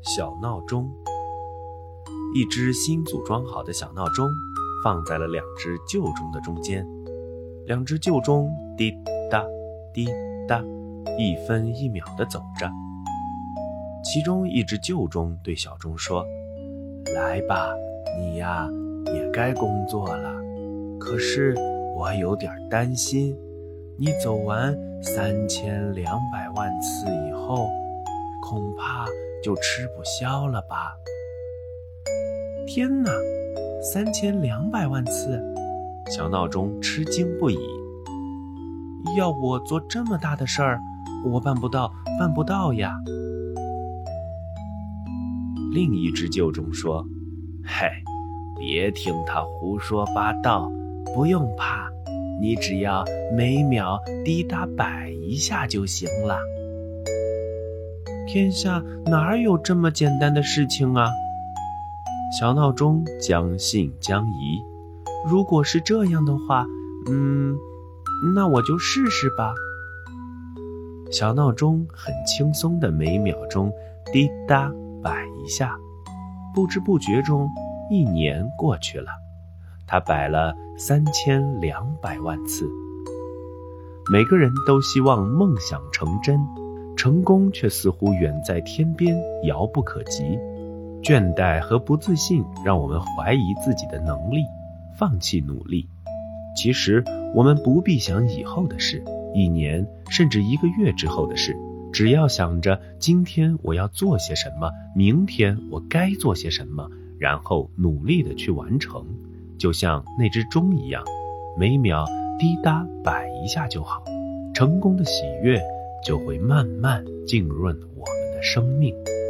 小闹钟。一只新组装好的小闹钟放在了两只旧钟的中间，两只旧钟滴答滴答一分一秒地走着。其中一只旧钟对小钟说：来吧，你呀也该工作了，可是我有点担心，你走完3200万次以后，恐怕就吃不消了吧。天哪，3200万次！小闹钟吃惊不已。要我做这么大的事儿，我办不到呀。另一只旧钟说：嘿，别听他胡说八道，不用怕，你只要每秒滴答摆一下就行了。天下哪有这么简单的事情啊？小闹钟将信将疑，如果是这样的话，那我就试试吧。小闹钟很轻松的每秒钟滴答摆一下，不知不觉中1年过去了，他摆了3200万次。每个人都希望梦想成真，成功却似乎远在天边，遥不可及。倦怠和不自信让我们怀疑自己的能力，放弃努力。其实我们不必想以后的事，1年甚至1个月之后的事，只要想着今天我要做些什么，明天我该做些什么，然后努力地去完成，就像那只钟一样，每秒滴答摆一下就好，成功的喜悦就会慢慢浸润我们的生命。